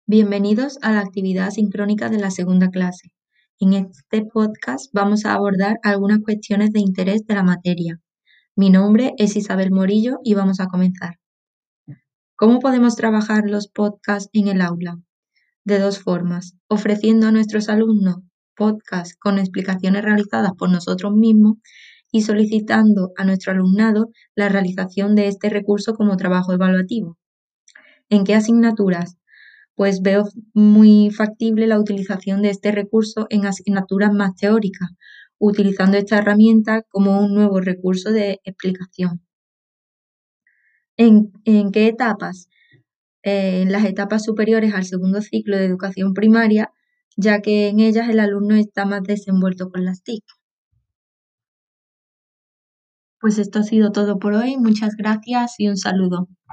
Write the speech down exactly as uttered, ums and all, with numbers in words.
Bienvenidos a la actividad sincrónica de la segunda clase. En este podcast vamos a abordar algunas cuestiones de interés de la materia. Mi nombre es Isabel Morillo y vamos a comenzar. ¿Cómo podemos trabajar los podcasts en el aula? De dos formas, ofreciendo a nuestros alumnos podcasts con explicaciones realizadas por nosotros mismos y solicitando a nuestro alumnado la realización de este recurso como trabajo evaluativo. ¿En qué asignaturas? Pues veo muy factible la utilización de este recurso en asignaturas más teóricas, utilizando esta herramienta como un nuevo recurso de explicación. ¿En, en qué etapas? Eh, en las etapas superiores al segundo ciclo de educación primaria, ya que en ellas el alumno está más desenvuelto con las T I C. Pues esto ha sido todo por hoy. Muchas gracias y un saludo.